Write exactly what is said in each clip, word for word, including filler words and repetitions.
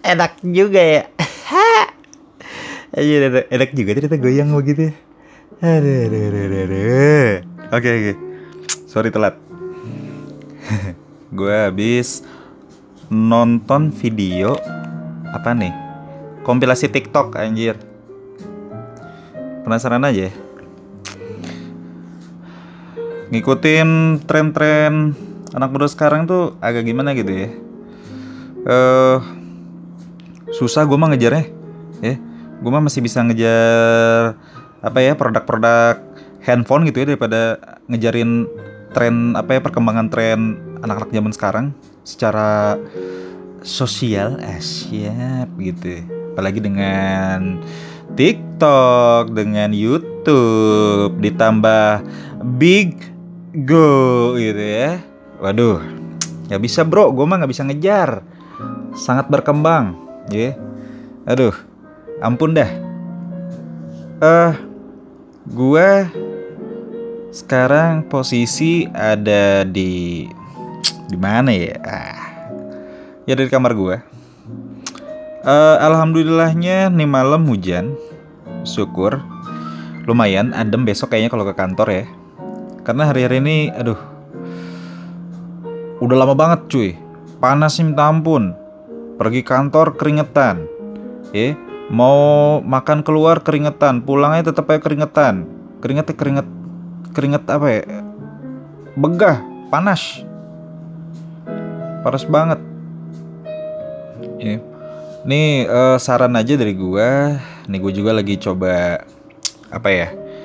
Enak juga ya. Aja enak, enak juga ternyata goyang begitu. Aduh, aduh, aduh, aduh, aduh. Oke, oke. Sorry telat. Gue habis nonton video apa nih? Kompilasi TikTok anjir. Penasaran aja. Ngikutin tren-tren anak muda sekarang tuh agak gimana gitu ya. Eh uh, susah gue mah ngejarnya. Ya, gue mah masih bisa ngejar apa ya produk-produk handphone gitu ya daripada ngejarin tren apa ya perkembangan tren anak-anak zaman sekarang secara sosial siap gitu. Apalagi dengan TikTok, dengan YouTube, ditambah Big Go gitu ya. Waduh, nggak bisa bro, gue mah nggak bisa ngejar. Sangat berkembang, ya. Yeah. Aduh, ampun dah. Eh, uh, gue sekarang posisi ada di di mana ya? Ah, ya dari kamar gue. Uh, Alhamdulillahnya nih malam hujan, syukur. Lumayan adem besok kayaknya kalau ke kantor ya. Karena hari-hari ini, aduh, udah lama banget cuy. Panas sih minta ampun. Pergi kantor keringetan, ya. Mau makan keluar keringetan, pulangnya tetap aja keringetan. Keringetnya keringet, keringet apa ya? Begah, panas, panas banget. Ya. Nih uh, saran aja dari gue. Nih gue juga lagi coba apa ya?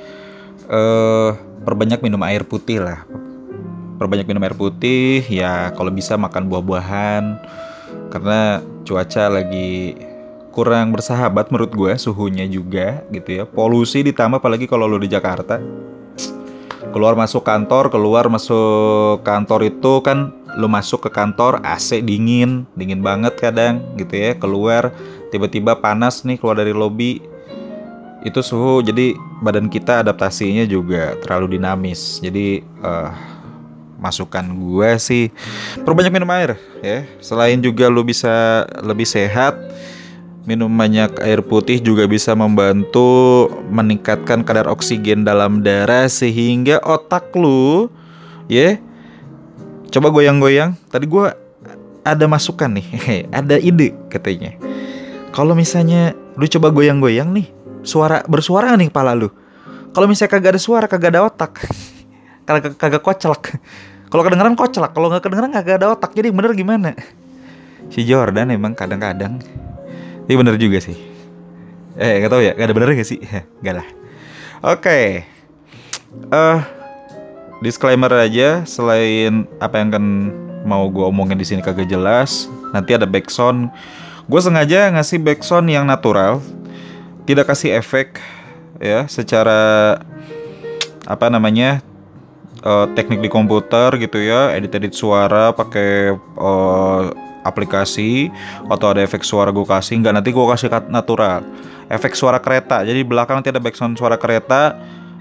Uh, perbanyak minum air putih lah. Perbanyak minum air putih. Ya kalau bisa makan buah-buahan. Karena cuaca lagi kurang bersahabat menurut gue. Suhunya juga gitu ya. Polusi ditambah apalagi kalau lo di Jakarta. Keluar masuk kantor, keluar masuk kantor itu kan lu masuk ke kantor A C dingin, dingin banget kadang gitu ya. Keluar tiba-tiba panas nih keluar dari lobi. Itu suhu jadi badan kita adaptasinya juga terlalu dinamis. Jadi uh, masukan gue sih perbanyak minum air ya. Selain juga lu bisa lebih sehat, minum banyak air putih juga bisa membantu meningkatkan kadar oksigen dalam darah sehingga otak lu ya. Coba goyang-goyang. Tadi gue ada masukan nih, ada ide katanya. Kalau misalnya lu coba goyang-goyang nih, suara bersuara nih kepala lu. Kalau misalnya kagak ada suara, kagak ada otak, kagak kagak koclak. Kalau kedengeran koclak, kalau nggak kedengeran kagak ada otak. Jadi bener gimana? Si Jordan emang kadang-kadang. Ini bener juga sih. Eh nggak tahu ya, nggak ada benernya nggak sih? Nggak lah. Oke. Okay. Eh. Uh, Disclaimer aja, selain apa yang kan mau gue omongin di sini kagak jelas, nanti ada backsound. Gue sengaja ngasih backsound yang natural, tidak kasih efek ya, secara apa namanya uh, teknik di komputer gitu ya, edit-edit suara pakai uh, aplikasi atau ada efek suara gue kasih, nggak, nanti gue kasih natural, efek suara kereta. Jadi belakang nanti ada backsound suara kereta.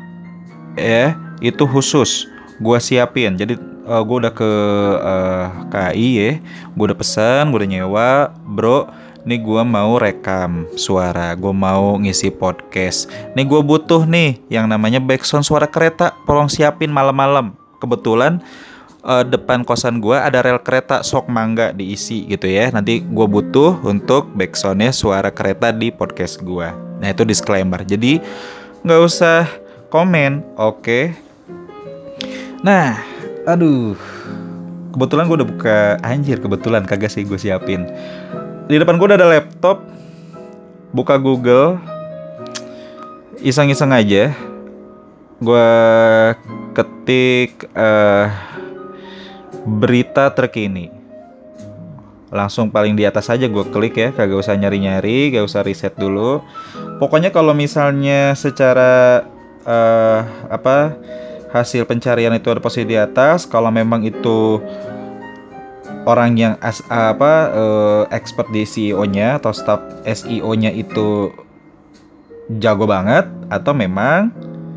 Ya, itu khusus gue siapin. Jadi uh, gue udah ke uh, K I ya, gue udah pesan, gue udah nyewa, bro. Nih gue mau rekam suara, gue mau ngisi podcast. Nih gue butuh nih yang namanya backsound suara kereta, tolong siapin malam-malam. Kebetulan uh, depan kosan gue ada rel kereta, sok mangga diisi gitu ya. Nanti gue butuh untuk backsoundnya suara kereta di podcast gue. Nah itu disclaimer. Jadi nggak usah komen, oke? Okay. Nah, aduh, kebetulan gue udah buka, anjir kebetulan kagak sih gue siapin. Di depan gue udah ada laptop, buka Google, iseng-iseng aja, gue ketik uh, berita terkini, langsung paling di atas aja gue klik ya, kagak usah nyari-nyari, gak usah riset dulu. Pokoknya kalau misalnya secara Uh, apa hasil pencarian itu ada posisi di atas, kalau memang itu orang yang as, apa uh, expert di S E O-nya atau staff S E O-nya itu jago banget, atau memang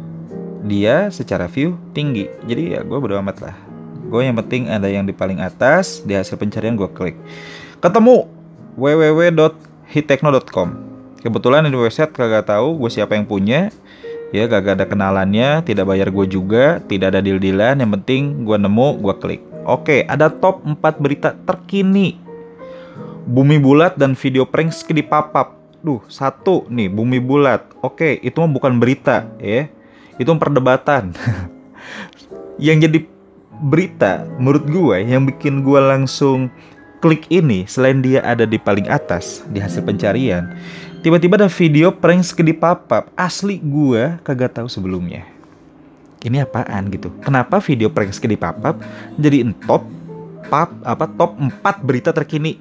dia secara view tinggi. Jadi ya gue bodo amat lah. Gue yang penting ada yang di paling atas, di hasil pencarian gue klik. Ketemu w w w dot hittekno dot com. Kebetulan ini website kagak tahu gue siapa yang punya. Ya gak ada kenalannya, tidak bayar gue juga, tidak ada deal-dealan, yang penting gue nemu, gue klik. Oke, ada top empat berita terkini. Bumi bulat dan video prank di papap. Duh, satu nih, bumi bulat. Oke, itu mah bukan berita ya. Itu perdebatan. Yang jadi berita menurut gue, yang bikin gue langsung klik ini, selain dia ada di paling atas di hasil pencarian, tiba-tiba ada video prank di papap. Asli gue kagak tahu sebelumnya. Ini apaan gitu? Kenapa video prank di papap jadi top pap apa top empat berita terkini?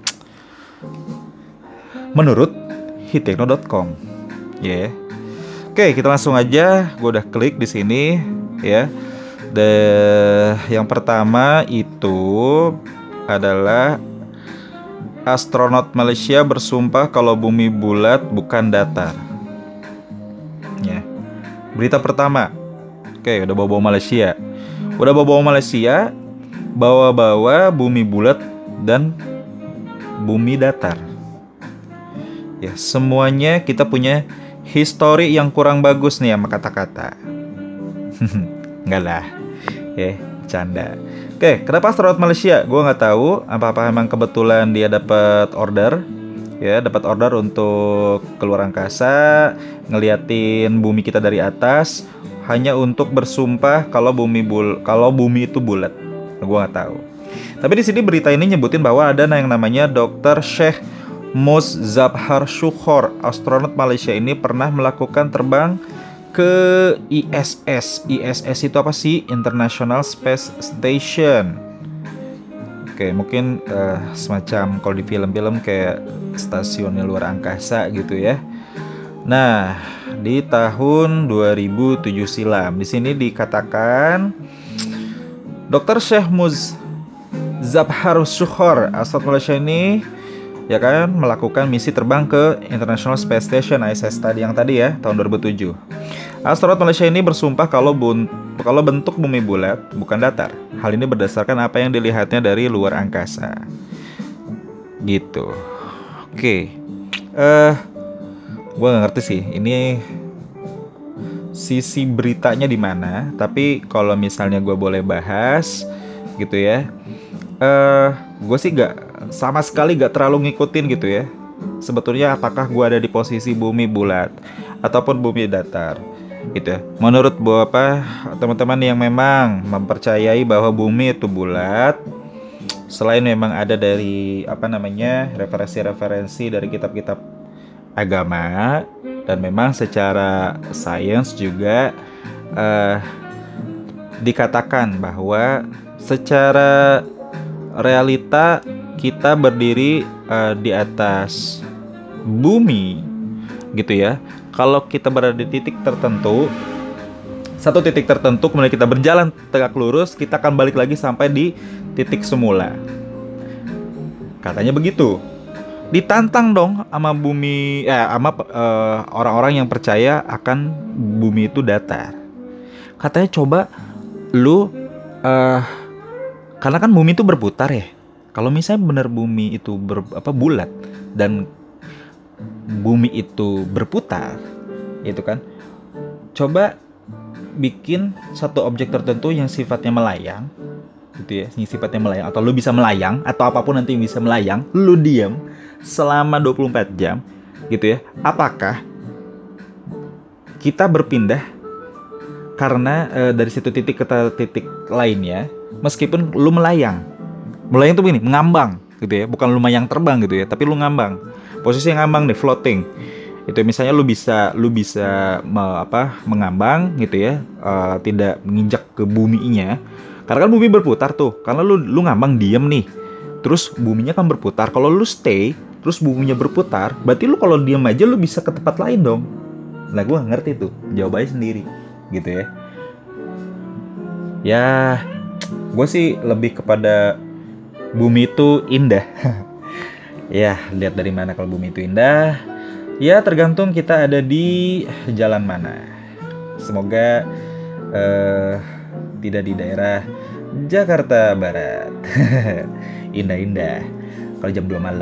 Menurut hittekno dot com. Ya. Yeah. Oke, kita langsung aja. Gue udah klik di sini ya. The yang pertama itu adalah astronot Malaysia bersumpah kalau bumi bulat bukan datar. Ya. Berita pertama. Oke, udah bawa-bawa Malaysia. Udah bawa-bawa Malaysia, bawa-bawa bumi bulat dan bumi datar. Ya, semuanya kita punya histori yang kurang bagus nih sama kata-kata. Enggak lah. Ya, canda. Oke, kenapa astronot Malaysia? Gue nggak tahu. Apa-apa emang kebetulan dia dapat order, ya, dapat order untuk keluar angkasa, ngeliatin bumi kita dari atas, hanya untuk bersumpah kalau bumi bul, kalau bumi itu bulat. Gue nggak tahu. Tapi di sini berita ini nyebutin bahwa ada yang namanya dokter Sheikh Mozaffar Shuhor. Astronot Malaysia ini pernah melakukan terbang ke I S S. I S S itu apa sih? International Space Station. Oke, mungkin uh, semacam kalau di film-film kayak stasiunnya luar angkasa gitu ya. Nah, di tahun dua ribu tujuh silam. Di sini dikatakan dokter Sheikh Mozaffar Shuhor, astronot Malaysia ini ya kan melakukan misi terbang ke International Space Station I S S tadi yang tadi ya, tahun dua ribu tujuh. Astronot Malaysia ini bersumpah kalau bun, kalau bentuk bumi bulat bukan datar. Hal ini berdasarkan apa yang dilihatnya dari luar angkasa. Gitu. Oke. Eh uh, gua nggak ngerti sih ini sisi beritanya di mana, tapi kalau misalnya gue boleh bahas gitu ya. Eh uh, gue sih gak sama sekali gak terlalu ngikutin gitu ya. Sebetulnya apakah gue ada di posisi bumi bulat ataupun bumi datar gitu ya. Menurut beberapa teman-teman yang memang mempercayai bahwa bumi itu bulat, selain memang ada dari apa namanya referensi-referensi dari kitab-kitab agama, dan memang secara sains juga uh, dikatakan bahwa secara realita kita berdiri uh, di atas bumi gitu ya. Kalau kita berada di titik tertentu, satu titik tertentu, kemudian kita berjalan tegak lurus, kita akan balik lagi sampai di titik semula. Katanya begitu. Ditantang dong sama bumi, eh sama uh, orang-orang yang percaya akan bumi itu datar. Katanya coba lu, uh, karena kan bumi itu berputar ya. Kalau misalnya benar bumi itu ber, apa bulat dan bumi itu berputar, itu kan, coba bikin satu objek tertentu yang sifatnya melayang, gitu ya, yang sifatnya melayang, atau lu bisa melayang, atau apapun nanti yang bisa melayang, lu diam selama dua puluh empat jam, gitu ya. Apakah kita berpindah karena e, dari situ titik ke titik lainnya, meskipun lu melayang, melayang tuh begini, mengambang, gitu ya, bukan lu mayang terbang gitu ya, tapi lu ngambang. Posisi yang ngambang nih, floating. Itu misalnya lu bisa lu bisa me, apa mengambang gitu ya, uh, tidak menginjak ke buminya. Karena kan bumi berputar tuh. Karena lu lu ngambang diem nih. Terus buminya kan berputar. Kalau lu stay, terus buminya berputar, berarti lu kalau diem aja lu bisa ke tempat lain dong. Nah, gua gak ngerti tuh. Jawabannya sendiri gitu ya. Ya, gue sih lebih kepada bumi itu indah. Ya, lihat dari mana kalau bumi itu indah. Ya, tergantung kita ada di jalan mana. Semoga uh, tidak di daerah Jakarta Barat. Indah-indah kalau jam dua malam.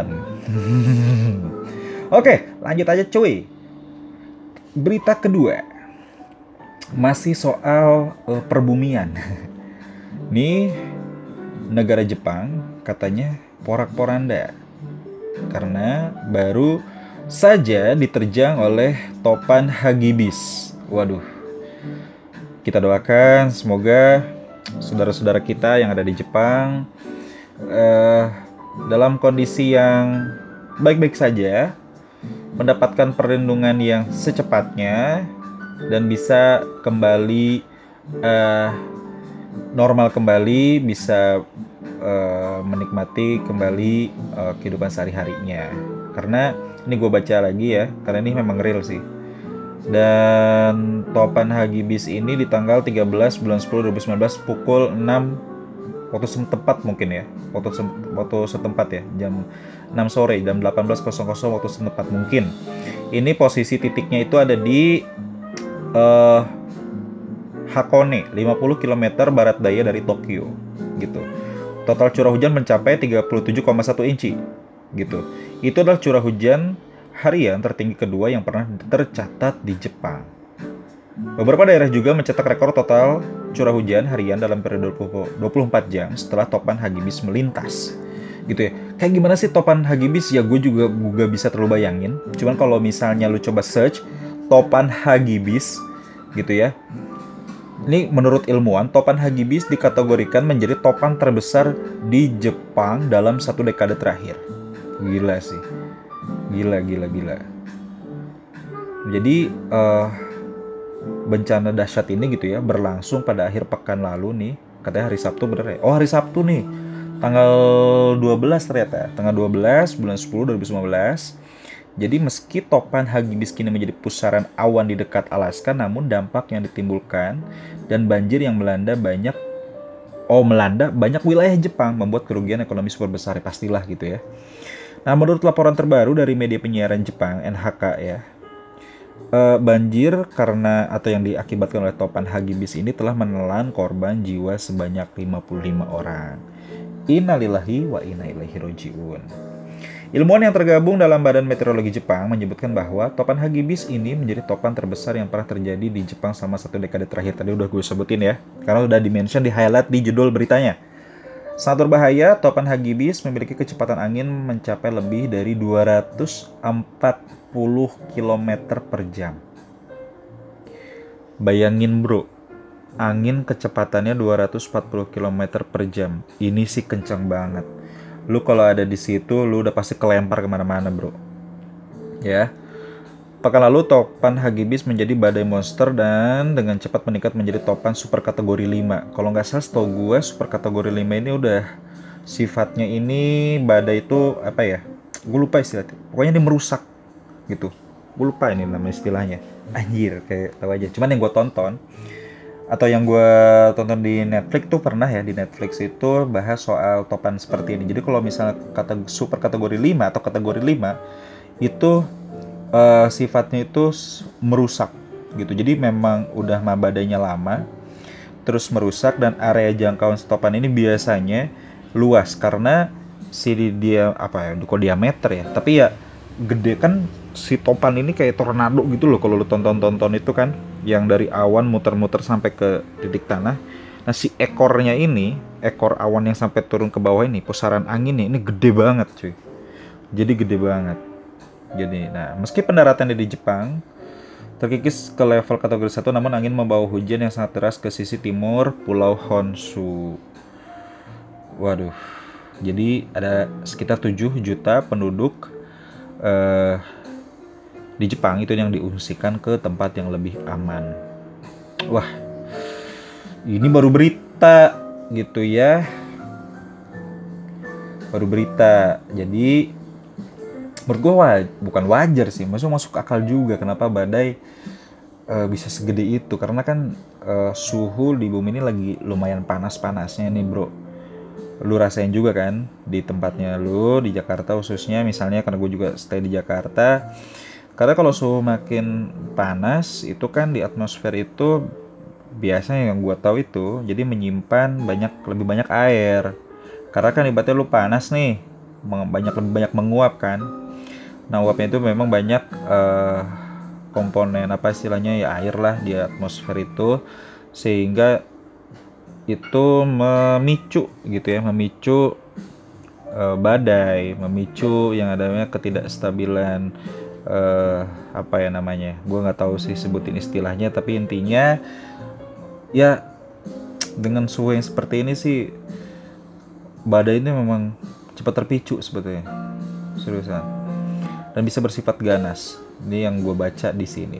Oke, lanjut aja cuy. Berita kedua, masih soal uh, perbumian. Nih, negara Jepang katanya porak-poranda karena baru saja diterjang oleh topan Hagibis. Waduh, kita doakan semoga saudara-saudara kita yang ada di Jepang uh, dalam kondisi yang baik-baik saja, mendapatkan perlindungan yang secepatnya dan bisa kembali uh, normal kembali, bisa uh, menikmati kembali uh, kehidupan sehari-harinya. Karena ini gue baca lagi ya, karena ini memang real sih. Dan topan Hagibis ini di tanggal tiga belas bulan sepuluh dua ribu sembilan belas pukul enam waktu setempat mungkin ya, waktu waktu setempat ya, jam enam sore, jam delapan belas waktu setempat mungkin. Ini posisi titiknya itu ada di uh, Hakone, lima puluh kilometer barat daya dari Tokyo, gitu. Total curah hujan mencapai tiga puluh tujuh koma satu inci, gitu. Itu adalah curah hujan harian tertinggi kedua yang pernah tercatat di Jepang. Beberapa daerah juga mencetak rekor total curah hujan harian dalam periode dua puluh empat jam setelah topan Hagibis melintas. Gitu ya. Kayak gimana sih topan Hagibis? Ya gue juga juga bisa terlalu bayangin. Cuman kalau misalnya lu coba search topan Hagibis gitu ya. Ini menurut ilmuwan, topan Hagibis dikategorikan menjadi topan terbesar di Jepang dalam satu dekade terakhir. Gila sih. Gila, gila, gila. Jadi uh, bencana dahsyat ini gitu ya berlangsung pada akhir pekan lalu nih, katanya hari Sabtu bener ya. Oh, hari Sabtu nih. Tanggal dua belas ternyata. Tanggal dua belas bulan sepuluh dua ribu sembilan belas. Jadi meski topan Hagibis kini menjadi pusaran awan di dekat Alaska, namun dampak yang ditimbulkan dan banjir yang melanda banyak oh melanda banyak wilayah Jepang membuat kerugian ekonomi super besar, ya pastilah gitu ya. Nah, menurut laporan terbaru dari media penyiaran Jepang N H K ya, Uh, banjir karena atau yang diakibatkan oleh topan Hagibis ini telah menelan korban jiwa sebanyak lima puluh lima orang. Innalillahi wa inna ilaihi rajiun. Ilmuwan yang tergabung dalam Badan Meteorologi Jepang menyebutkan bahwa topan Hagibis ini menjadi topan terbesar yang pernah terjadi di Jepang selama satu dekade terakhir. Tadi udah gue sebutin ya, karena udah di-mention di highlight di judul beritanya. Sangat berbahaya, topan Hagibis memiliki kecepatan angin mencapai lebih dari dua ratus empat puluh kilometer per jam. Bayangin bro, angin kecepatannya dua ratus empat puluh kilometer per jam. Ini sih kencang banget. Lu kalau ada di situ, lu udah pasti kelempar kemana-mana bro. Ya. Pekan lalu topan Hagibis menjadi badai monster dan dengan cepat meningkat menjadi topan super kategori lima. Kalau nggak salah setahu gue super kategori lima ini udah sifatnya ini badai itu apa ya? Gue lupa istilahnya. Pokoknya dia merusak gitu. Gue lupa ini nama istilahnya. Anjir, kayak tahu aja. Cuman yang gue tonton atau yang gue tonton di Netflix tuh pernah ya, di Netflix itu bahas soal topan seperti ini. Jadi kalau misalnya kata super kategori lima atau kategori lima itu Uh, sifatnya itu merusak gitu. Jadi memang udah badainya lama terus merusak dan area jangkauan topan ini biasanya luas karena si dia apa ya, kok diameter ya, tapi ya gede kan si topan ini kayak tornado gitu loh kalau lu tonton-tonton itu kan, yang dari awan muter-muter sampai ke titik tanah. Nah si ekornya ini, ekor awan yang sampai turun ke bawah ini, pusaran anginnya ini gede banget cuy. Jadi gede banget. Jadi, nah, meski pendaratannya di Jepang terkikis ke level kategori satu, namun angin membawa hujan yang sangat deras ke sisi timur Pulau Honshu. Waduh, jadi ada sekitar tujuh juta penduduk eh, di Jepang itu yang diungsikan ke tempat yang lebih aman. Wah, ini baru berita gitu ya. Baru berita, jadi menurut gue waj- bukan wajar sih, maksudnya masuk akal juga kenapa badai uh, bisa segede itu, karena kan uh, suhu di bumi ini lagi lumayan panas-panasnya nih bro. Lu rasain juga kan di tempatnya lu, di Jakarta khususnya misalnya, karena gue juga stay di Jakarta. Karena kalau suhu makin panas itu kan di atmosfer itu biasanya yang gue tahu itu jadi menyimpan banyak lebih banyak air. Karena kan ibaratnya lu panas nih, banyak lebih banyak menguap kan. Nah uapnya itu memang banyak uh, komponen apa istilahnya ya air lah di atmosfer itu, sehingga itu memicu gitu ya, memicu uh, badai, memicu yang adanya ketidakstabilan uh, apa ya namanya, gue nggak tahu sih sebutin istilahnya, tapi intinya ya dengan suhu yang seperti ini sih badai ini memang cepat terpicu sebetulnya, seriusan, dan bisa bersifat ganas. Ini yang gue baca di sini.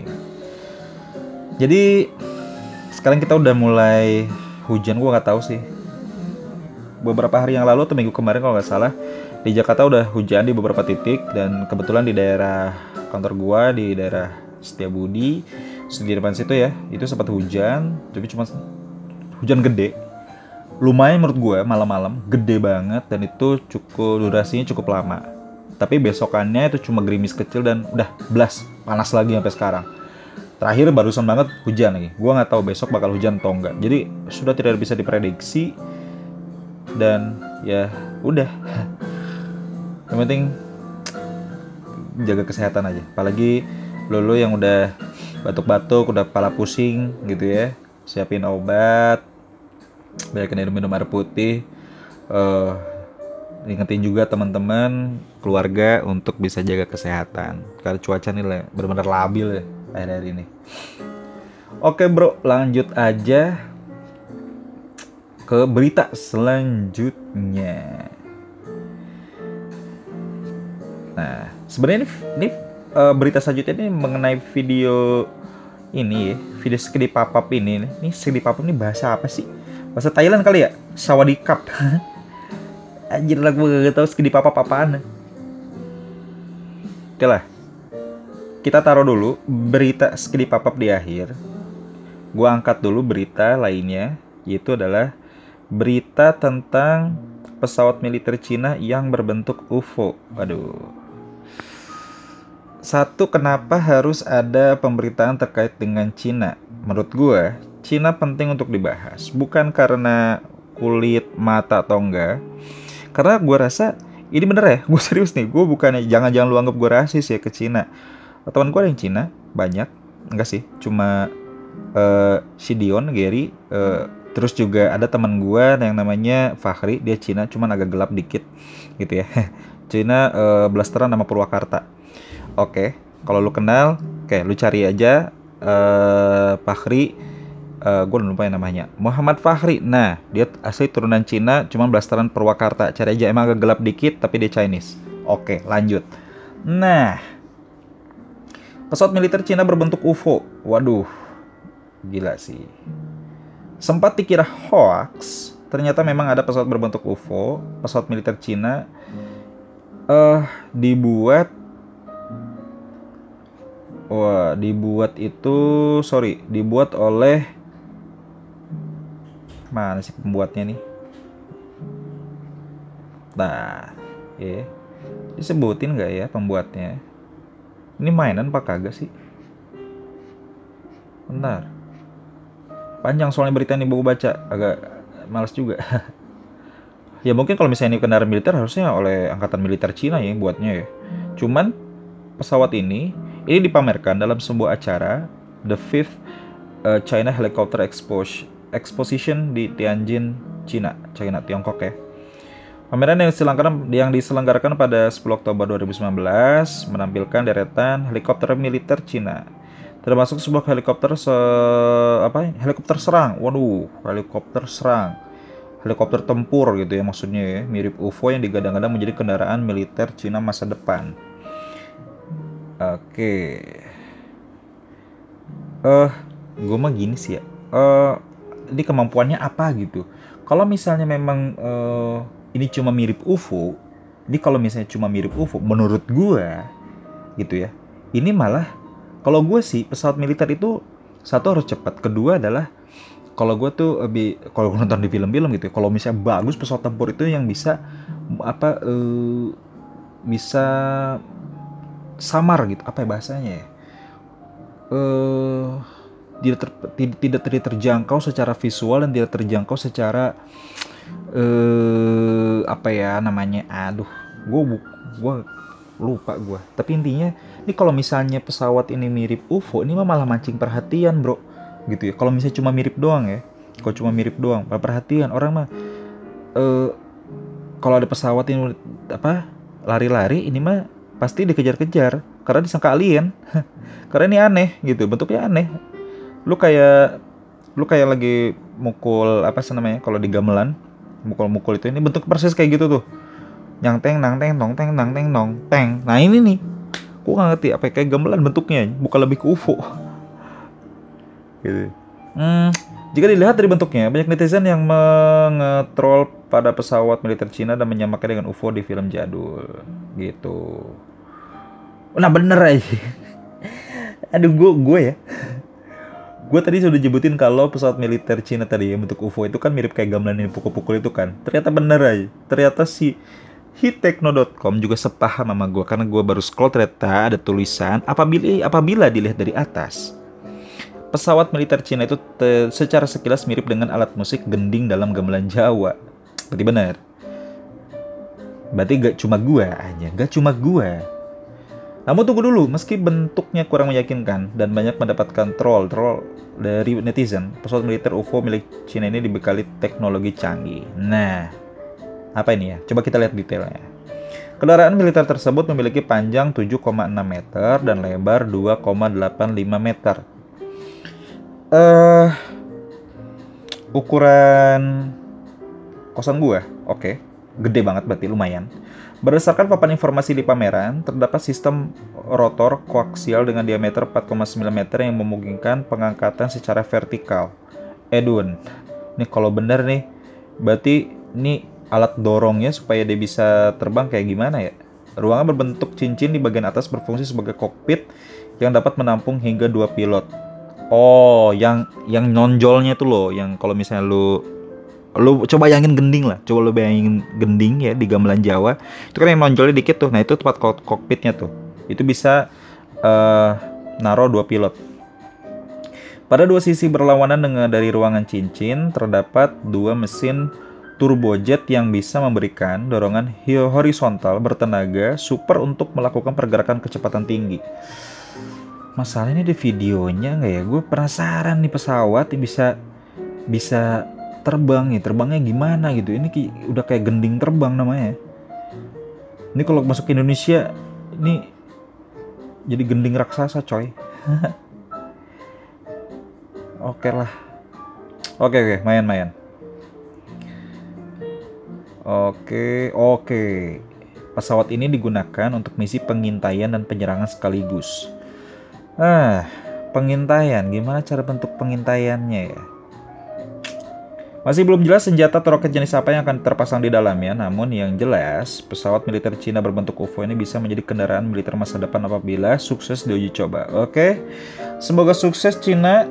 Jadi sekarang kita udah mulai hujan, gue nggak tahu sih. Beberapa hari yang lalu atau minggu kemarin kalau nggak salah di Jakarta udah hujan di beberapa titik, dan kebetulan di daerah kantor gue di daerah Setiabudi di depan situ ya, itu sempat hujan, tapi cuma hujan gede. Lumayan menurut gue, malam-malam gede banget, dan itu cukup durasinya cukup lama. Tapi besokannya itu cuma gerimis kecil dan udah blas panas lagi sampai sekarang. Terakhir barusan banget hujan lagi. Gue nggak tahu besok bakal hujan atau enggak. Jadi sudah tidak bisa diprediksi, dan ya udah. Yang penting jaga kesehatan aja. Apalagi lo lo yang udah batuk-batuk, udah kepala pusing gitu ya, siapin obat. Banyakin minum air putih. Uh, ingetin juga teman-teman, keluarga untuk bisa jaga kesehatan. Karena cuaca nih benar-benar labil ya akhir-akhir ini. Oke bro, lanjut aja ke berita selanjutnya. Nah, sebenarnya ini, ini uh, berita selanjutnya ini mengenai video ini ya, video skedi papap ini. Ini skedi papap ini bahasa apa sih? Bahasa Thailand kali ya? Sawadikap. Anjir lah, gue gak tau skedi papap apaan. Oke lah, kita taruh dulu berita skedi papap di akhir. Gue angkat dulu berita lainnya, yaitu adalah berita tentang pesawat militer Cina yang berbentuk U F O. Waduh. Satu, kenapa harus ada pemberitaan terkait dengan Cina? Menurut gue, Cina penting untuk dibahas. Bukan karena kulit, mata atau enggak. Karena gue rasa, ini bener ya, gue serius nih. Gue bukannya, jangan-jangan lu anggap gue rasis ya ke Cina. Teman gue ada yang Cina, banyak. Enggak sih, cuma uh, si Dion, Gary. Uh, terus juga ada teman gue yang namanya Fahri, dia Cina, cuman agak gelap dikit gitu ya. Cina uh, blasteran nama Purwakarta. Oke, kalau lu kenal, oke, lu cari aja uh, Fahri, uh, gue lupa ya namanya, Muhammad Fahri. Nah, dia asli turunan Cina, cuman blasteran Purwakarta. Cari aja, emang agak gelap dikit, tapi dia Chinese. Oke, lanjut. Nah, pesawat militer Cina berbentuk U F O. Waduh, gila sih. Sempat dikira hoax, ternyata memang ada pesawat berbentuk U F O, pesawat militer Cina. Uh, dibuat Wah, dibuat itu, sorry, dibuat oleh, mana sih pembuatnya nih? Nah, ya, disebutin nggak ya pembuatnya? Ini mainan apa kagak sih? Bentar, panjang soalnya berita ini gue baca, agak males juga. Ya mungkin kalau misalnya ini kendaraan militer harusnya oleh angkatan militer Cina ya buatnya ya. Cuman pesawat ini ini dipamerkan dalam sebuah acara The Fifth uh, China Helicopter Expo- Exposition di Tianjin, China, China, Tiongkok ya. Pameran yang diselenggarakan, yang diselenggarakan pada sepuluh Oktober dua ribu sembilan belas menampilkan deretan helikopter militer Cina, termasuk sebuah helikopter se apa? Helikopter serang. Waduh, helikopter serang. Helikopter tempur gitu ya maksudnya ya, mirip U F O yang digadang-gadang menjadi kendaraan militer Cina masa depan. Oke. Eh, uh, gue mah gini sih ya. Eh, uh, ini kemampuannya apa gitu. Kalau misalnya memang uh, ini cuma mirip U F O, ini kalau misalnya cuma mirip U F O, menurut gue gitu ya. Ini malah, kalau gue sih pesawat militer itu satu harus cepat, kedua adalah kalau gue tuh lebih, kalau nonton di film-film gitu, kalau misalnya bagus pesawat tempur itu yang bisa apa, uh, bisa samar gitu, apa ya bahasanya ya, uh, tidak ter, tidak tidak tidak terjangkau secara visual dan tidak terjangkau secara uh, apa ya namanya, aduh Gue gue lupa gue. Tapi intinya, ini kalau misalnya pesawat ini mirip U F O, ini mah malah mancing perhatian bro, gitu ya. Kalau misalnya cuma mirip doang ya, kalau cuma mirip doang, perhatian orang mah. Eh, kalau ada pesawat ini apa lari-lari, ini mah pasti dikejar-kejar karena disangka alien. Karena ini aneh gitu, bentuknya aneh. Lu kayak lu kayak lagi mukul apa sih namanya kalau di gamelan, mukul-mukul itu, ini bentuk persis kayak gitu tuh. Yang teng nang teng tong teng nang teng nong teng. Nah ini nih, gua nggak ngerti apa kayak gamelan bentuknya, bukan lebih ke U F O gitu. Hmm, jika dilihat dari bentuknya, banyak netizen yang mengetrol pada pesawat militer Cina dan menyamakan dengan U F O di film jadul gitu. Nah bener aja. Aduh gue gue ya. Gue tadi sudah nyebutin kalau pesawat militer Cina tadi yang bentuk U F O itu kan mirip kayak gamelan yang pukul-pukul itu kan. Ternyata bener aja. Ternyata si hitekno dot com juga sepaham sama gue karena gue baru scroll, ternyata ada tulisan apabila apabila dilihat dari atas, pesawat militer Cina itu te- secara sekilas mirip dengan alat musik gending dalam gamelan Jawa. Berarti benar. Berarti gak cuma gue aja, gak cuma gue. Namun tunggu dulu, meski bentuknya kurang meyakinkan dan banyak mendapatkan troll-troll dari netizen, pesawat militer U F O milik Cina ini dibekali teknologi canggih. Nah, apa ini ya? Coba kita lihat detailnya. Kendaraan militer tersebut memiliki panjang tujuh koma enam meter dan lebar dua koma delapan lima meter. Eh, uh, ukuran kosan gua, oke, okay. Gede banget berarti, lumayan. Berdasarkan papan informasi di pameran, terdapat sistem rotor koaksial dengan diameter empat koma sembilan meter yang memungkinkan pengangkatan secara vertikal. Edun, nih kalau bener nih, berarti ini alat dorongnya supaya dia bisa terbang kayak gimana ya? Ruangan berbentuk cincin di bagian atas berfungsi sebagai kokpit yang dapat menampung hingga dua pilot. Oh, yang yang nonjolnya tuh loh, yang kalau misalnya lu lu coba bayangin gending lah, coba lu bayangin gending ya di gamelan Jawa, itu kan yang nonjolnya dikit tuh. Nah itu tempat kok kokpitnya tuh, itu bisa uh, naruh dua pilot. Pada dua sisi berlawanan dengan dari ruangan cincin terdapat dua mesin turbojet yang bisa memberikan dorongan horizontal bertenaga super untuk melakukan pergerakan kecepatan tinggi. Masalahnya di videonya nggak ya, gue penasaran nih pesawat bisa bisa terbang nih, terbangnya gimana gitu. Ini ki, udah kayak gending terbang namanya. Ini kalau masuk ke Indonesia, ini jadi gending raksasa coy. Oke lah. Oke oke, mayan-mayan. Oke oke. Pesawat ini digunakan untuk misi pengintaian dan penyerangan sekaligus. Ah, pengintaian. Gimana cara bentuk pengintaiannya ya? Masih belum jelas senjata atau roket jenis apa yang akan terpasang di dalamnya, namun yang jelas, pesawat militer Cina berbentuk U F O ini bisa menjadi kendaraan militer masa depan apabila sukses diuji coba. Oke, semoga sukses Cina.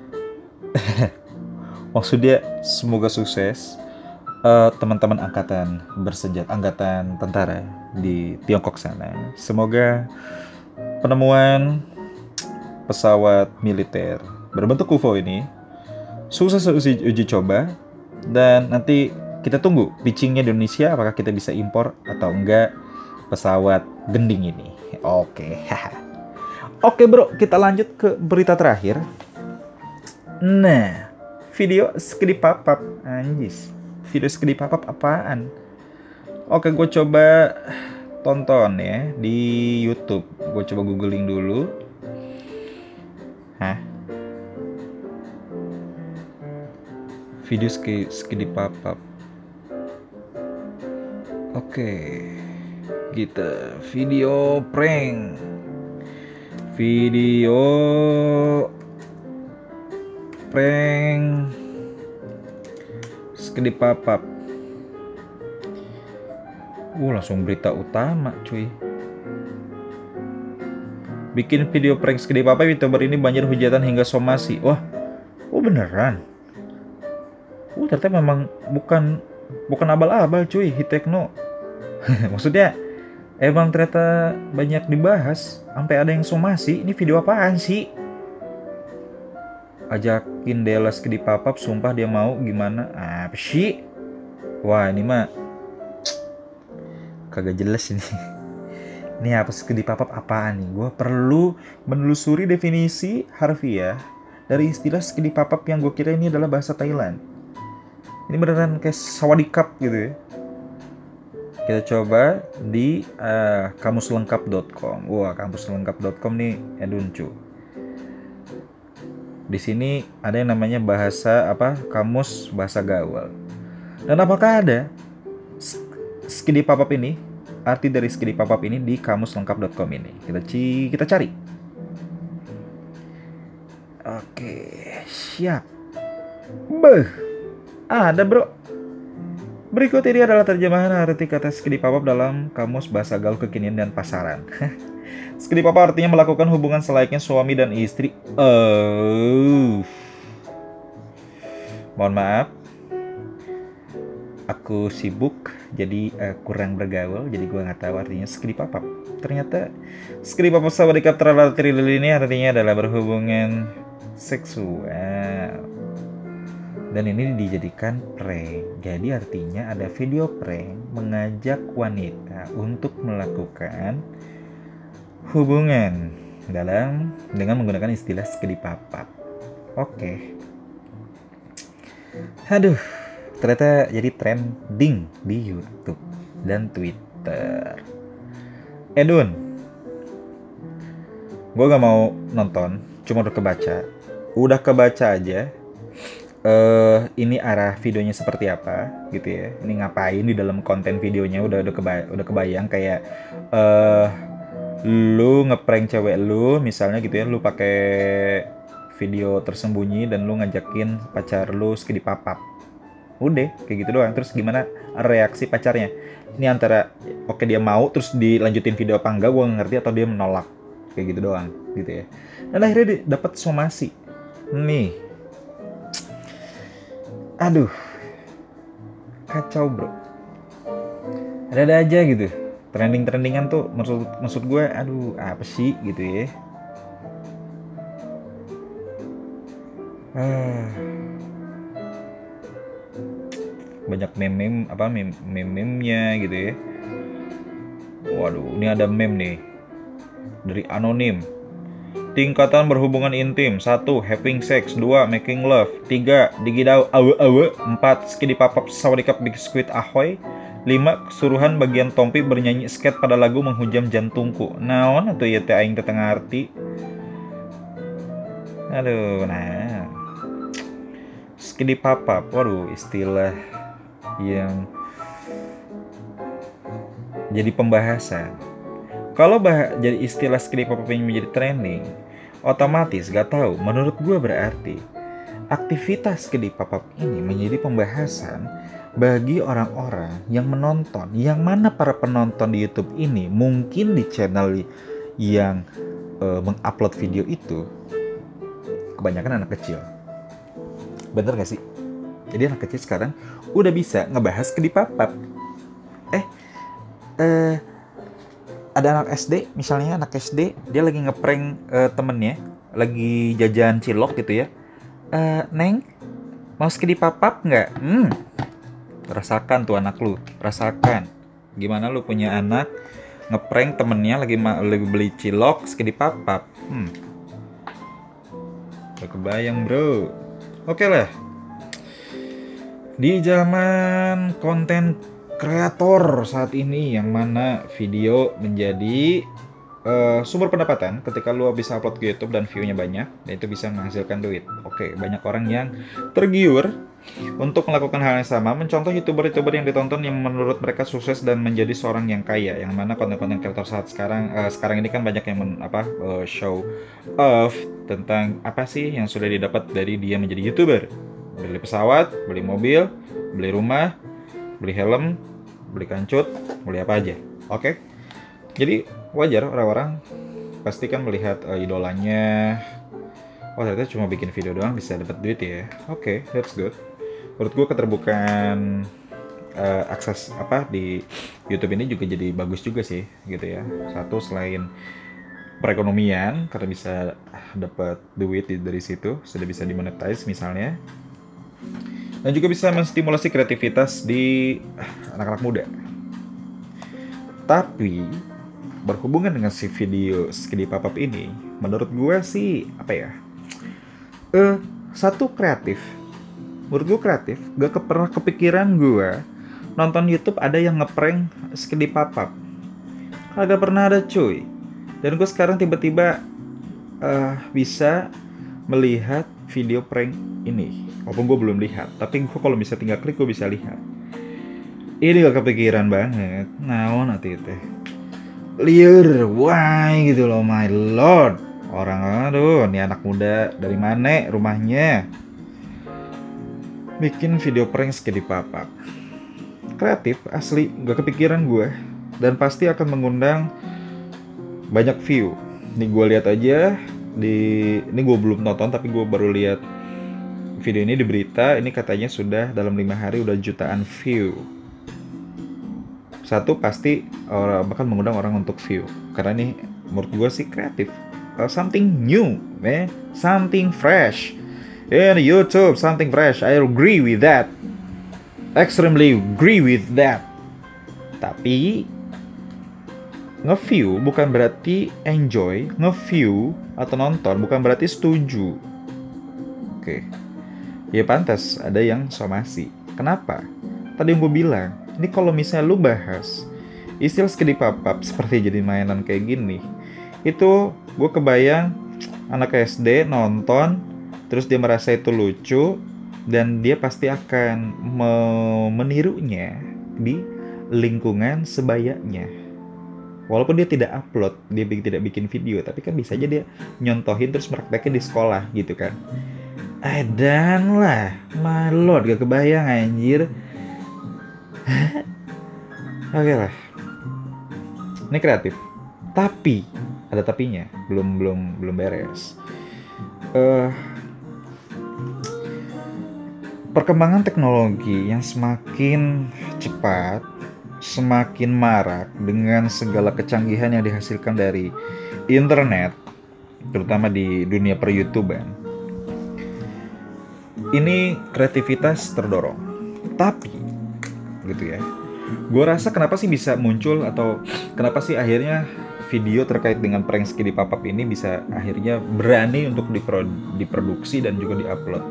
Maksudnya semoga sukses uh, teman-teman angkatan bersenjata, angkatan tentara di Tiongkok sana. Semoga penemuan pesawat militer berbentuk U F O ini sukses uji, uji coba, dan nanti kita tunggu pitchingnya di Indonesia, apakah kita bisa impor atau enggak pesawat gending ini. Oke. Oke bro, kita lanjut ke berita terakhir. Nah, video skidipapap, anjis. Video skidipapap apaan? Oke, gue coba tonton ya di YouTube. Gue coba googling dulu. Hah? Video skidipapap. Oke, kita video prank. Video prank skidipapap. Uh, langsung berita utama, cuy. Bikin video prank skidipapap, YouTuber ini banjir hujatan hingga somasi. Wah, oh beneran? Uh, ternyata memang bukan bukan abal-abal, cuy. Hitekno. Maksudnya emang ternyata banyak dibahas, sampai ada yang somasi. Ini video apaan sih? Ajakin Della skidipapap, sumpah dia mau, gimana? Apa sih? Wah, ini mah kagak jelas ini. Ini apa skedi papap apaan nih? Gue perlu menelusuri definisi harfiah dari istilah skedi papap yang gue kira ini adalah bahasa Thailand. Ini beneran kayak sawadikap gitu ya. Kita coba di uh, kamuslengkap dot com. Wah, kamuslengkap dot com nih eduncu. Di sini ada yang namanya bahasa apa? Kamus bahasa gaul. Dan apakah ada skedi papap ini? Arti dari skedi papap ini di kamuslengkap dot com ini. Kita ci kita cari. Oke, siap. Beuh. Ada, Bro. Berikut ini adalah terjemahan arti kata skedi papap dalam Kamus Bahasa Gaul Kekinian dan Pasaran. Skedi papap artinya melakukan hubungan selayaknya suami dan istri. Oh. Mohon maaf. Aku sibuk, jadi uh, kurang bergaul, jadi gue nggak tahu artinya skedi papap. Ternyata skedi papap sawadikap terlalu trilil ini artinya adalah berhubungan seksual. Dan ini dijadikan prank. Jadi artinya ada video prank mengajak wanita untuk melakukan hubungan dalam dengan menggunakan istilah skedi papap. Oke. Aduh, ternyata jadi trending di YouTube dan Twitter. Edun, gue gak mau nonton, cuma udah kebaca. Udah kebaca aja. Uh, ini arah videonya seperti apa gitu ya. Ini ngapain di dalam konten videonya udah udah kebayang, udah kebayang kayak uh, lu ngeprank cewek lu misalnya gitu ya, lu pakai video tersembunyi dan lu ngajakin pacar lu skedi papap. Udah kayak gitu doang. Terus gimana reaksi pacarnya? Ini antara oke dia mau terus dilanjutin video apa enggak gue ngerti, atau dia menolak. Kayak gitu doang gitu ya. Dan akhirnya dapat somasi. Nih. Aduh, kacau bro. Ada-ada aja gitu. Trending-trendingan tuh maksud maksud gue, aduh apa sih gitu ya. Ah. Banyak meme-meme apa meme-meme-nya gitu ya. Waduh, ini ada meme nih dari anonim. Tingkatan berhubungan intim. Satu, having sex. Dua, making love. Tiga, digidau awe-awe. Empat, skedi papap sawadikap big squid ahoy. Lima, kesuruhan bagian tompi bernyanyi sket pada lagu menghujam jantungku. Naon atau ya teh aing teu ngarti. Aduh, nah. Skedi papap, waduh istilah yang jadi pembahasan. Kalau bah jadi istilah skedi papap ini menjadi trending, otomatis gak tahu. Menurut gue berarti aktivitas skedi papap ini menjadi pembahasan bagi orang-orang yang menonton, yang mana para penonton di YouTube ini mungkin di channel yang uh, mengupload video itu kebanyakan anak kecil. Bener gak sih? Jadi anak kecil sekarang udah bisa ngebahas skedi papap. Eh, eh ada anak S D, misalnya anak S D, dia lagi ngeprank uh, temennya, lagi jajan cilok gitu ya. Uh, Neng, mau skedi papap nggak? Hmm, rasakan tuh anak lu, rasakan. Gimana lu punya anak ngeprank temennya lagi lagi beli cilok, skedi papap? Hmm, udah kebayang bro. Oke lah. Di zaman konten kreator saat ini yang mana video menjadi uh, sumber pendapatan ketika lu bisa upload ke YouTube dan view-nya banyak dan itu bisa menghasilkan duit. Oke, banyak orang yang tergiur untuk melakukan hal yang sama, mencontoh YouTuber-YouTuber yang ditonton yang menurut mereka sukses dan menjadi seorang yang kaya. Yang mana konten-konten kreator saat sekarang uh, sekarang ini kan banyak yang men, apa uh, show off tentang apa sih yang sudah didapat dari dia menjadi YouTuber. Beli pesawat, beli mobil, beli rumah, beli helm, beli kancut, beli apa aja. Oke. Okay? Jadi wajar orang-orang pasti kan melihat uh, idolanya. Oh ternyata cuma bikin video doang bisa dapat duit ya. Oke, okay, that's good. Menurut gue keterbukaan uh, akses apa di YouTube ini juga jadi bagus juga sih gitu ya. Satu, selain perekonomian karena bisa dapat duit dari situ, sudah bisa dimonetize misalnya. Dan juga bisa menstimulasi kreativitas di anak-anak muda. Tetapi berhubungan dengan si video skedi pop-up ini, menurut gue sih apa ya? Eh, satu kreatif. Menurut gue kreatif. Gak ke- pernah kepikiran gue nonton YouTube ada yang ngeprank skedi pop-up. Kagak pernah ada cuy. Dan gue sekarang tiba-tiba eh, bisa melihat video prank ini. Walaupun gue belum lihat, tapi gue kalau bisa tinggal klik gue bisa lihat. Ini gak kepikiran banget. Naon nanti teh liur, why gitu loh, my lord. Orang, aduh, ini anak muda dari mana rumahnya bikin video prank skedi pop-up. Kreatif, asli, gak kepikiran gue. Dan pasti akan mengundang banyak view. Nih gue lihat aja di, ini gue belum nonton tapi gue baru lihat video ini di berita. Ini katanya sudah dalam lima hari udah jutaan view. Satu pasti orang bakal mengundang orang untuk view karena ini menurut gue sih kreatif, uh, something new, man, something fresh in YouTube, something fresh. I agree with that, extremely agree with that. Tapi nge-view bukan berarti enjoy, nge-view atau nonton bukan berarti setuju. Oke, ya pantas ada yang somasi. Kenapa? Tadi yang gue bilang, ini kalau misalnya lu bahas istilah skedi pop-up seperti jadi mainan kayak gini, itu gue kebayang anak S D nonton, terus dia merasa itu lucu, dan dia pasti akan me- menirunya di lingkungan sebayanya. Walaupun dia tidak upload, dia tidak bikin video, tapi kan bisa aja dia nyontohin terus meraktekin di sekolah gitu kan. Edan lah, my lord, gak kebayang anjir. Oke lah, ini kreatif, tapi ada tapinya, belum belum belum beres. Uh, perkembangan teknologi yang semakin cepat, semakin marak dengan segala kecanggihan yang dihasilkan dari internet, terutama di dunia per-YouTubean. Ini kreativitas terdorong, tapi gitu ya. Gue rasa kenapa sih bisa muncul atau kenapa sih akhirnya video terkait dengan prank skedi pop-up ini bisa akhirnya berani untuk dipro- diproduksi dan juga diupload?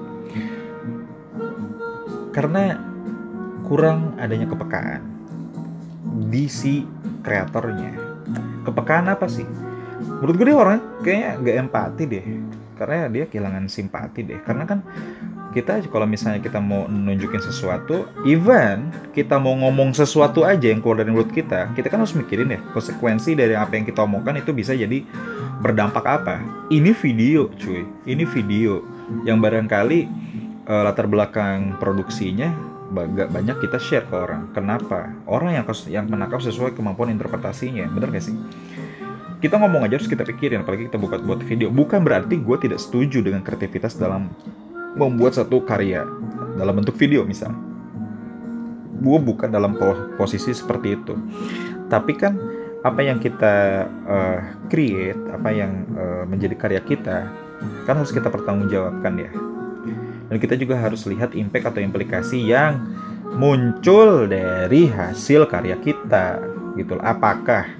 Karena kurang adanya kepekaan di si kreatornya. Kepekaan apa sih? Menurut gue dia orang kayaknya gak empati deh, karena dia kehilangan simpati deh. Karena kan kita kalau misalnya kita mau nunjukin sesuatu, even kita mau ngomong sesuatu aja yang keluar dari mulut kita, kita kan harus mikirin ya konsekuensi dari apa yang kita omongkan itu bisa jadi berdampak apa. Ini video cuy, ini video yang barangkali uh, latar belakang produksinya gak banyak kita share ke orang. Kenapa? Orang yang yang menangkap sesuai kemampuan interpretasinya, bener gak sih? Kita ngomong aja harus kita pikirin, apalagi kita buat buat video. Bukan berarti gue tidak setuju dengan kreativitas dalam membuat satu karya dalam bentuk video misal. Gue bukan dalam posisi seperti itu. Tapi kan apa yang kita uh, create, apa yang uh, menjadi karya kita, kan harus kita pertanggungjawabkan ya. Dan kita juga harus lihat impact atau implikasi yang muncul dari hasil karya kita, gitu. Apakah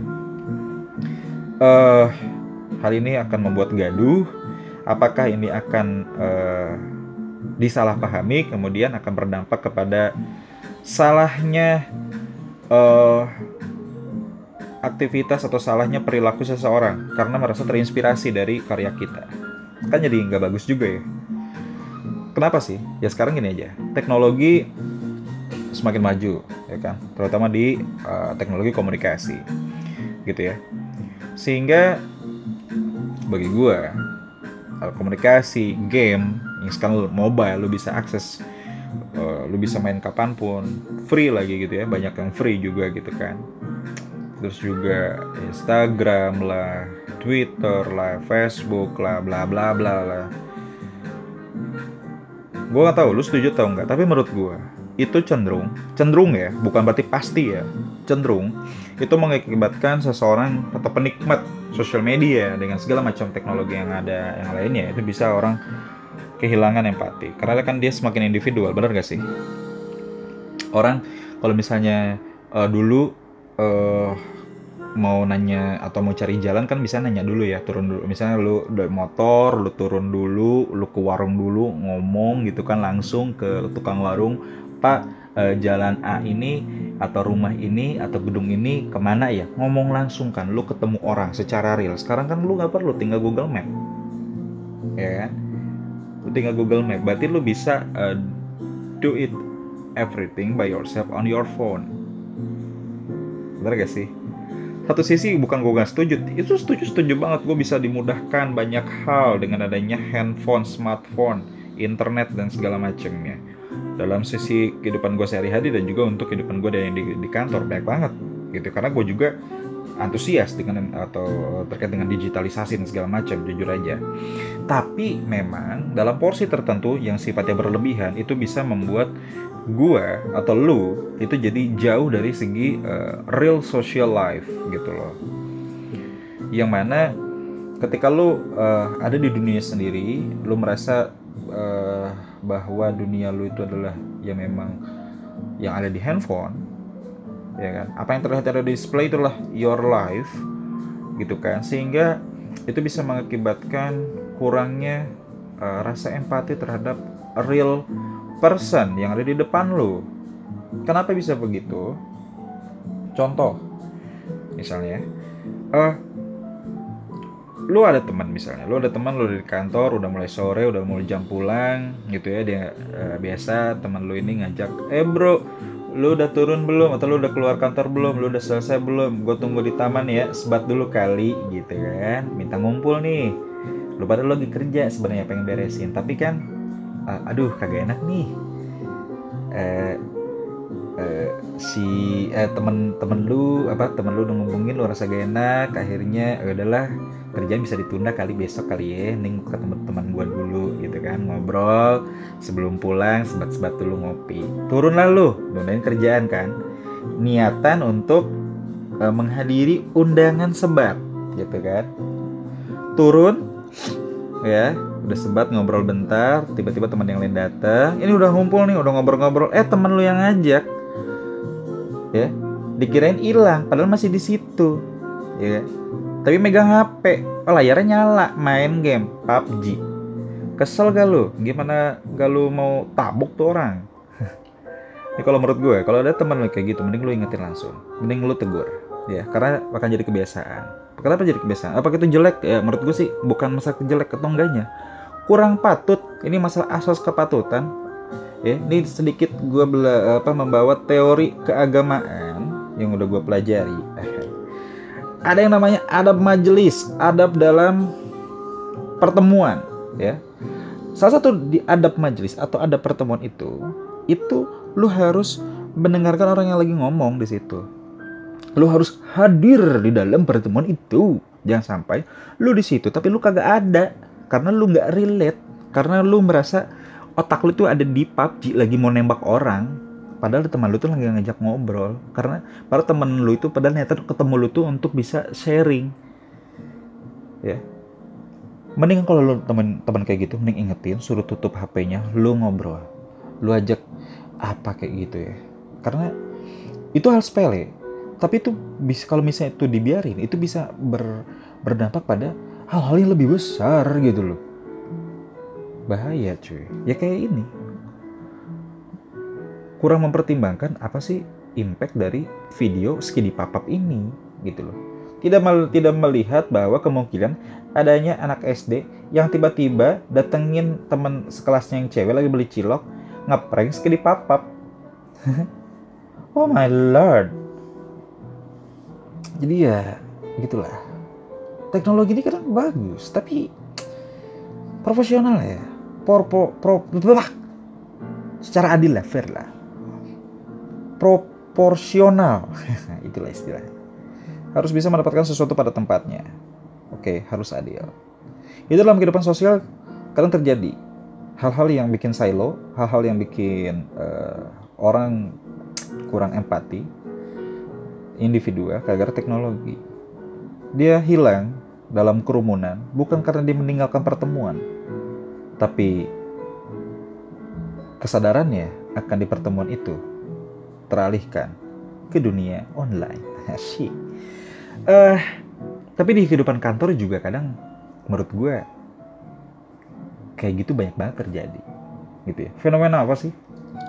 uh, hal ini akan membuat gaduh? Apakah ini akan uh, disalahpahami, kemudian akan berdampak kepada salahnya uh, aktivitas atau salahnya perilaku seseorang karena merasa terinspirasi dari karya kita? Kan jadi nggak bagus juga ya. Kenapa sih? Ya sekarang gini aja, teknologi semakin maju, ya kan, terutama di uh, teknologi komunikasi, gitu ya. Sehingga bagi gue, uh, komunikasi, game, yang sekarang mobile, lu bisa akses, uh, lu bisa main kapanpun, free lagi gitu ya, banyak yang free juga gitu kan. Terus juga Instagram lah, Twitter lah, Facebook lah, bla bla bla lah. Gue gak tahu lu setuju atau enggak, tapi menurut gue itu cenderung, cenderung ya, bukan berarti pasti ya, cenderung itu mengakibatkan seseorang atau penikmat sosial media dengan segala macam teknologi yang ada yang lainnya, itu bisa orang kehilangan empati. Karena kan dia semakin individual, benar gak sih? Orang kalau misalnya uh, dulu uh, mau nanya atau mau cari jalan kan bisa nanya dulu ya, turun dulu. Misalnya lu dari motor, lu turun dulu, lu ke warung dulu, ngomong gitu kan langsung ke tukang warung, Pak, eh, jalan A ini atau rumah ini atau gedung ini kemana ya? Ngomong langsung kan, lu ketemu orang secara real. Sekarang kan lu nggak perlu, tinggal Google Map, ya kan? Lu tinggal Google Map, berarti lu bisa eh, do it everything by yourself on your phone. Bener gak sih? Satu sisi bukan gue gak setuju, itu setuju-setuju banget. Gue bisa dimudahkan banyak hal dengan adanya handphone, smartphone, internet, dan segala macamnya dalam sisi kehidupan gue sehari-hari dan juga untuk kehidupan gue yang di, di kantor banyak banget gitu. Karena gue juga antusias dengan atau terkait dengan digitalisasi dan segala macam, jujur aja. Tapi memang dalam porsi tertentu yang sifatnya berlebihan itu bisa membuat gua atau lu itu jadi jauh dari segi uh, real social life gitu loh. Yang mana ketika lu uh, ada di dunia sendiri, lu merasa uh, bahwa dunia lu itu adalah yang memang yang ada di handphone, ya kan? Apa yang terlihat ada di display itulah your life, gitu kan? Sehingga itu bisa mengakibatkan kurangnya uh, rasa empati terhadap real person yang ada di depan lu. Kenapa bisa begitu? Contoh, misalnya, uh, lu ada teman misalnya, lu ada teman lu di kantor, udah mulai sore, udah mulai jam pulang, gitu ya. Dia uh, biasa teman lu ini ngajak, eh bro, lu udah turun belum? Atau lu udah keluar kantor belum? Lu udah selesai belum? Gue tunggu di taman ya, sebat dulu kali, gitu kan? Minta ngumpul nih. Lu pada lagi kerja sebenarnya pengen beresin, tapi kan uh, aduh kagak enak nih uh, uh, si eh, temen-temen lu apa temen lu udah ngomongin lu rasa gak enak, akhirnya ya udahlah kerjaan bisa ditunda kali besok kali ya, ning ke teman-teman gua dulu gitu kan, ngobrol sebelum pulang, sebat-sebat dulu ngopi, turunlah lu nundain kerjaan kan, niatan untuk uh, menghadiri undangan sebat gitu kan, turun ya udah sebat ngobrol bentar, tiba-tiba teman yang lain datang, ini udah ngumpul nih, udah ngobrol-ngobrol, eh teman lu yang ngajak ya dikirain hilang padahal masih di situ ya, tapi megang H P, oh, layarnya nyala, main game P U B G. Kesel gak lu? Gimana gak lu mau tabuk tuh orang? Ini kalau menurut gue, kalau ada teman lu kayak gitu, mending lu ingetin langsung, mending lu tegur ya, karena akan jadi kebiasaan. Kenapa jadi kebiasaan? Apakah itu jelek? Ya menurut gue sih bukan masalah jelek atau enggaknya, kurang patut. Ini masalah asas kepatutan ya. Ini sedikit gue bela, apa, membawa teori keagamaan yang udah gue pelajari. Ada yang namanya adab majelis, adab dalam pertemuan ya. Salah satu di adab majelis atau adab pertemuan itu, itu lu harus mendengarkan orang yang lagi ngomong di situ. Lu harus hadir di dalam pertemuan itu. Jangan sampai lu di situ tapi lu kagak ada, karena lu nggak relate, karena lu merasa otak lu tuh ada di P U B G lagi mau nembak orang, padahal teman lu tuh lagi ngajak ngobrol. Karena para teman lu itu padahal niatnya ketemu lu tuh untuk bisa sharing ya. Mending kalau lu teman-teman kayak gitu, mending ingetin, suruh tutup H P-nya, lu ngobrol, lu ajak apa kayak gitu ya. Karena itu hal sepele, tapi itu bisa, kalau misalnya itu dibiarin, itu bisa ber, berdampak pada hal-hal yang lebih besar gitu loh. Bahaya cuy. Ya kayak ini, kurang mempertimbangkan apa sih impact dari video skidi papap ini gitu loh. Tidak mal, tidak melihat bahwa kemungkinan adanya anak S D yang tiba-tiba datengin teman sekelasnya yang cewek lagi beli cilok, ngeprank skidi papap. Oh my lord. Jadi ya gitulah. Teknologi ini kan bagus, tapi profesional ya. Pro, pro, pro, secara adil lah, fair lah. Proporsional. Itulah istilahnya. Harus bisa mendapatkan sesuatu pada tempatnya. Oke, harus adil. Itu dalam kehidupan sosial kadang terjadi hal-hal yang bikin silo, hal-hal yang bikin uh, orang kurang empati, individual, gara-gara teknologi. Dia hilang dalam kerumunan bukan karena dia meninggalkan pertemuan, tapi kesadarannya akan di pertemuan itu teralihkan ke dunia online. Asyik. Eh, tapi di kehidupan kantor juga kadang menurut gue kayak gitu banyak banget terjadi, gitu ya. Fenomena apa sih?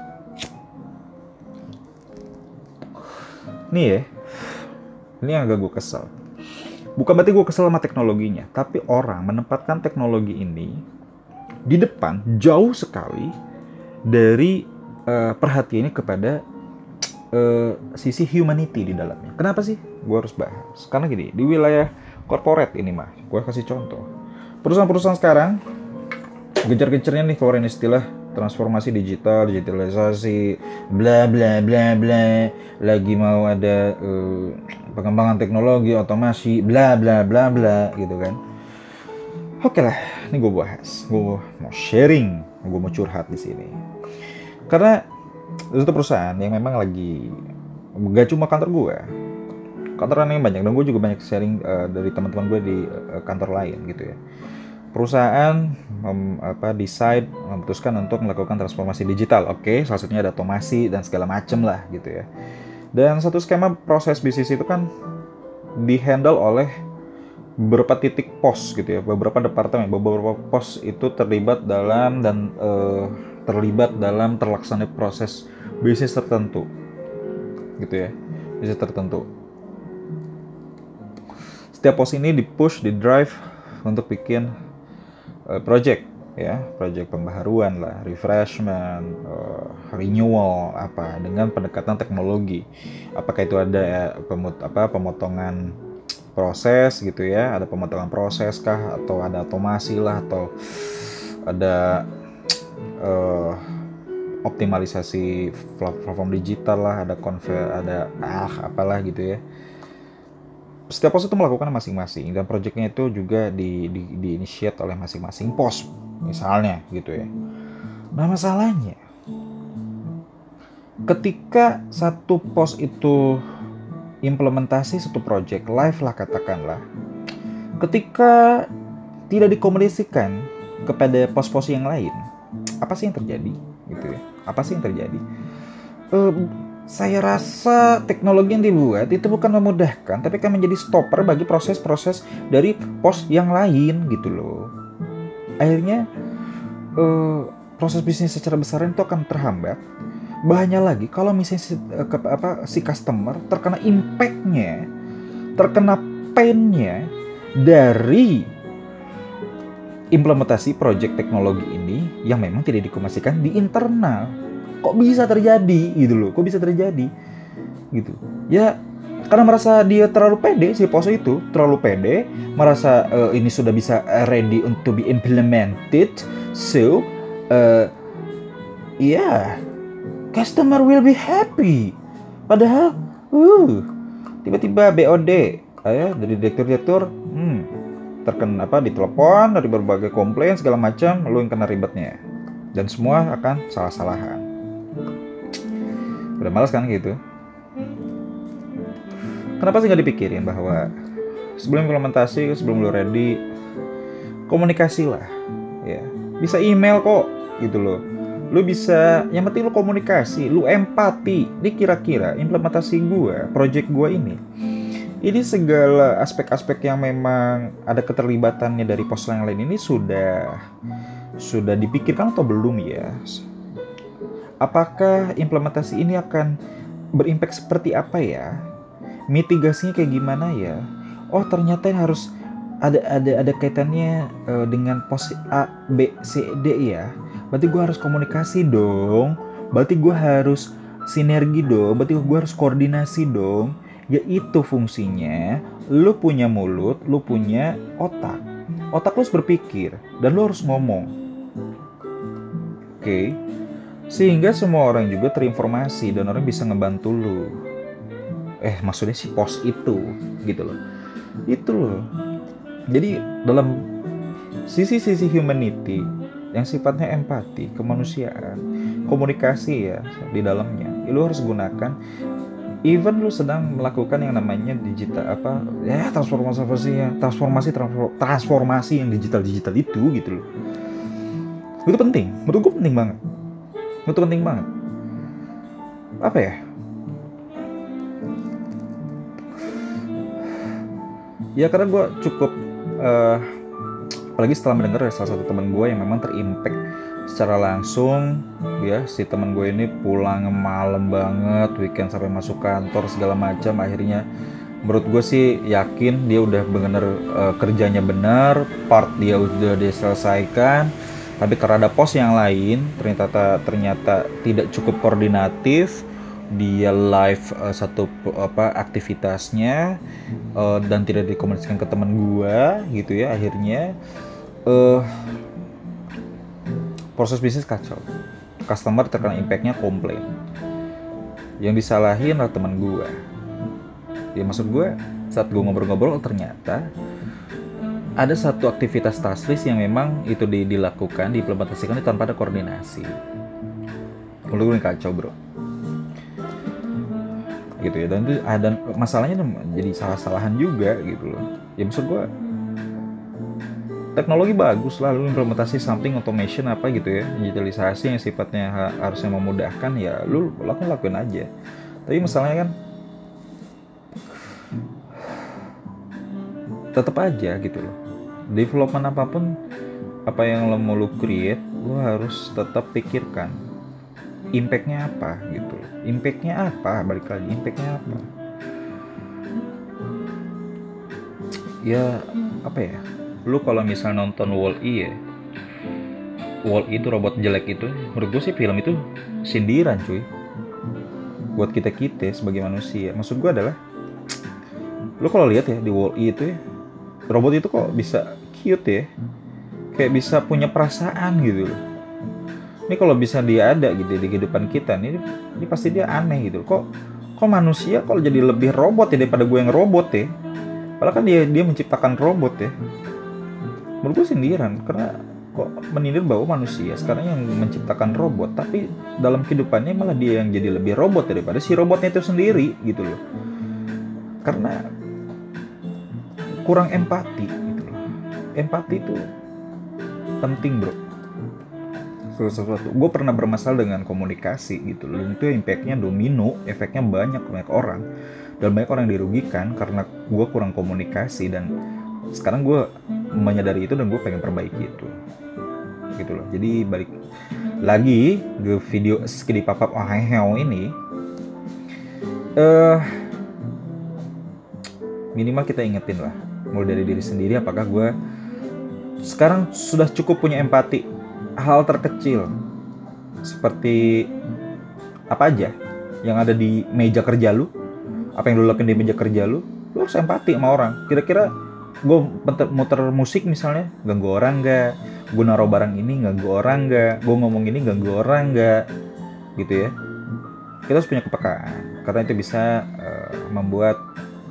Nih ya, ini yang agak gue kesel. Bukan berarti gue kesel sama teknologinya, tapi orang menempatkan teknologi ini di depan jauh sekali dari uh, perhatiannya kepada uh, sisi humanity di dalamnya. Kenapa sih gue harus bahas? Karena gini, di wilayah corporate ini mah, gue kasih contoh. Perusahaan-perusahaan sekarang gencar-gencarnya nih keluarin istilah transformasi digital, digitalisasi, bla bla bla bla. Lagi mau ada uh, pengembangan teknologi, otomasi, bla bla bla bla gitu kan. Oke lah, ini gue bahas, gue mau sharing, gue mau curhat di sini. Karena itu perusahaan yang memang lagi, gak cuma kantor gue, kantoran yang banyak, dan gue juga banyak sharing uh, dari teman-teman gue di uh, kantor lain gitu ya. Perusahaan mem, apa, decide memutuskan untuk melakukan transformasi digital. Oke, salah satunya ada otomasi dan segala macem lah gitu ya. Dan satu skema proses bisnis itu kan dihandle oleh beberapa titik pos gitu ya, beberapa departemen, beberapa pos itu terlibat dalam dan uh, terlibat dalam terlaksananya proses bisnis tertentu gitu ya, bisnis tertentu. Setiap pos ini di-push, di-drive untuk bikin uh, project ya, project pembaharuan lah, refreshment, uh, renewal apa dengan pendekatan teknologi. Apakah itu ada pemut apa pemotongan proses gitu ya, ada pemotongan proses kah, atau ada otomasi lah, atau ada uh, optimalisasi platform digital lah, ada konver, ada ah apalah gitu ya. Setiap pos itu melakukan masing-masing, dan proyeknya itu juga di, di, di initiate oleh masing-masing pos misalnya gitu ya. Nah masalahnya ketika satu pos itu implementasi satu project live lah katakanlah, ketika tidak dikomunikasikan kepada pos-pos yang lain, apa sih yang terjadi gitu ya? Apa sih yang terjadi? Uh, saya rasa teknologi yang dibuat itu bukan memudahkan, tapi kan menjadi stopper bagi proses-proses dari pos yang lain gitu loh. Akhirnya uh, proses bisnis secara besar itu akan terhambat. Bahaya lagi kalau misalnya si, uh, ke, apa, si customer terkena impact-nya, terkena pain-nya dari implementasi project teknologi ini yang memang tidak dikomunikasikan di internal. Kok bisa terjadi gitu loh, kok bisa terjadi gitu ya, karena merasa dia terlalu pede, si pos itu terlalu pede, merasa uh, ini sudah bisa ready untuk be implemented, so uh, ya yeah, customer will be happy, padahal uh tiba-tiba B O D ya dari direktur-direktur hmm, terkena apa, ditelepon dari berbagai komplain segala macam, lu yang kena ribetnya, dan semua akan salah-salahan. Udah malas kan gitu. Kenapa sih nggak dipikirin bahwa sebelum implementasi, sebelum lu ready, komunikasi lah ya. Bisa email kok gitu loh, lu bisa, yang penting lu komunikasi, lu empati. Ini kira-kira implementasi gua, project gua ini ini segala aspek-aspek yang memang ada keterlibatannya dari pos yang lain ini sudah sudah dipikirkan atau belum ya? Apakah implementasi ini akan berimpact seperti apa ya? Mitigasinya kayak gimana ya? Oh ternyata harus ada ada ada kaitannya uh, dengan pos A, B, C, D ya. Berarti gue harus komunikasi dong. Berarti gue harus sinergi dong. Berarti gue harus koordinasi dong. Ya itu fungsinya. Lu punya mulut, lu punya otak. Otak lu harus berpikir dan lu harus ngomong. Oke. Okay? Sehingga semua orang juga terinformasi dan orang bisa ngebantu lu. Eh maksudnya si pos itu gitu loh. Itu loh. Jadi dalam sisi-sisi humanity yang sifatnya empati, kemanusiaan, komunikasi ya di dalamnya, ya, lu harus gunakan. Even lu sedang melakukan yang namanya digital apa ya, transformasi ya, transformasi transformasi yang digital digital itu gitu loh. Itu penting, menurut gue penting banget. Itu penting banget. Apa ya? Ya karena gue cukup uh, apalagi setelah mendengar dari salah satu teman gue yang memang terimpact secara langsung. Ya si teman gue ini pulang malam banget, weekend sampai masuk kantor segala macam. Akhirnya menurut gue sih yakin dia udah bener uh, kerjanya benar, part dia udah diselesaikan, tapi karena ada pos yang lain ternyata ternyata tidak cukup koordinatif, dia live uh, satu apa aktivitasnya uh, dan tidak dikomunikasikan ke teman gua gitu ya. Akhirnya uh, proses bisnis kacau, customer terkena impactnya, komplain, yang disalahin lah teman gua. Ya maksud gua saat gua ngobrol-ngobrol ternyata ada satu aktivitas task list yang memang itu dilakukan, diimplementasikan tanpa ada koordinasi. Menurut gue kacau bro, gitu ya. Dan itu ada masalahnya, jadi salah-salahan juga gitu loh. Ya maksud gue teknologi bagus lah, lu implementasi something automation apa gitu ya, digitalisasi yang sifatnya ha- harusnya memudahkan, ya lu lakuin lakuin aja. Tapi masalahnya kan tetap aja gitu loh, development apapun apa yang lo mau lu create, lo harus tetap pikirkan impactnya apa gitu loh. Impactnya apa, balik lagi impactnya apa ya. Apa ya, lu kalau misal nonton Wall-E ya, Wall-E itu robot jelek itu, menurut gue sih film itu sindiran cuy buat kita kita sebagai manusia. Maksud gue adalah lu kalau lihat ya di Wall-E itu ya, robot itu kok bisa cute ya, kayak bisa punya perasaan gitu loh. Ini kalau bisa dia ada gitu di kehidupan kita nih, ini pasti dia aneh gitu. Kok kok manusia kalau jadi lebih robot ya daripada gue yang robot ya. Padahal kan dia dia menciptakan robot ya. Menurut gue sindiran, karena kok menindir bahwa manusia sekarang yang menciptakan robot, tapi dalam kehidupannya malah dia yang jadi lebih robot daripada si robotnya itu sendiri gitu loh. Karena kurang empati gitu loh. Empati itu penting bro. Sesuatu. Gue pernah bermasalah dengan komunikasi gitu loh. Dan itu impactnya domino, efeknya banyak banyak orang. Dan banyak orang yang dirugikan karena gue kurang komunikasi. Dan sekarang gue menyadari itu dan gue pengen perbaiki itu. Gitu loh. Jadi balik lagi ke video skidi papap oheo ini. Eh minimal kita ingetin lah. Mulai dari diri sendiri, apakah gue sekarang sudah cukup punya empati. Hal terkecil seperti apa aja yang ada di meja kerja lu, apa yang lu lakukan di meja kerja lu, lu harus empati sama orang. Kira-kira gue muter musik misalnya ganggu orang nggak, gue naruh barang ini ganggu orang nggak, gue ngomong ini ganggu orang nggak, gitu ya. Kita harus punya kepekaan karena itu bisa uh, membuat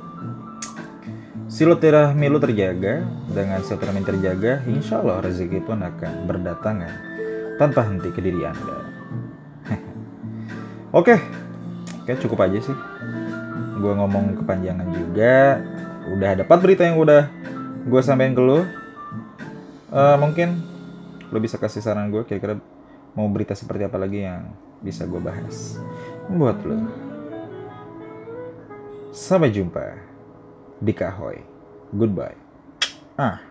silaturahmi lu terjaga. Dengan silaturahmi terjaga, insya Allah rezeki pun akan berdatangan tanpa henti ke diri Anda. Oke, oke cukup aja sih. Gue ngomong kepanjangan juga. Udah dapat berita yang udah gue sampein ke lu. Uh, mungkin lu bisa kasih saran gue kira-kira mau berita seperti apa lagi yang bisa gue bahas buat lu. Sampai jumpa di Kahoy. Goodbye. Ah.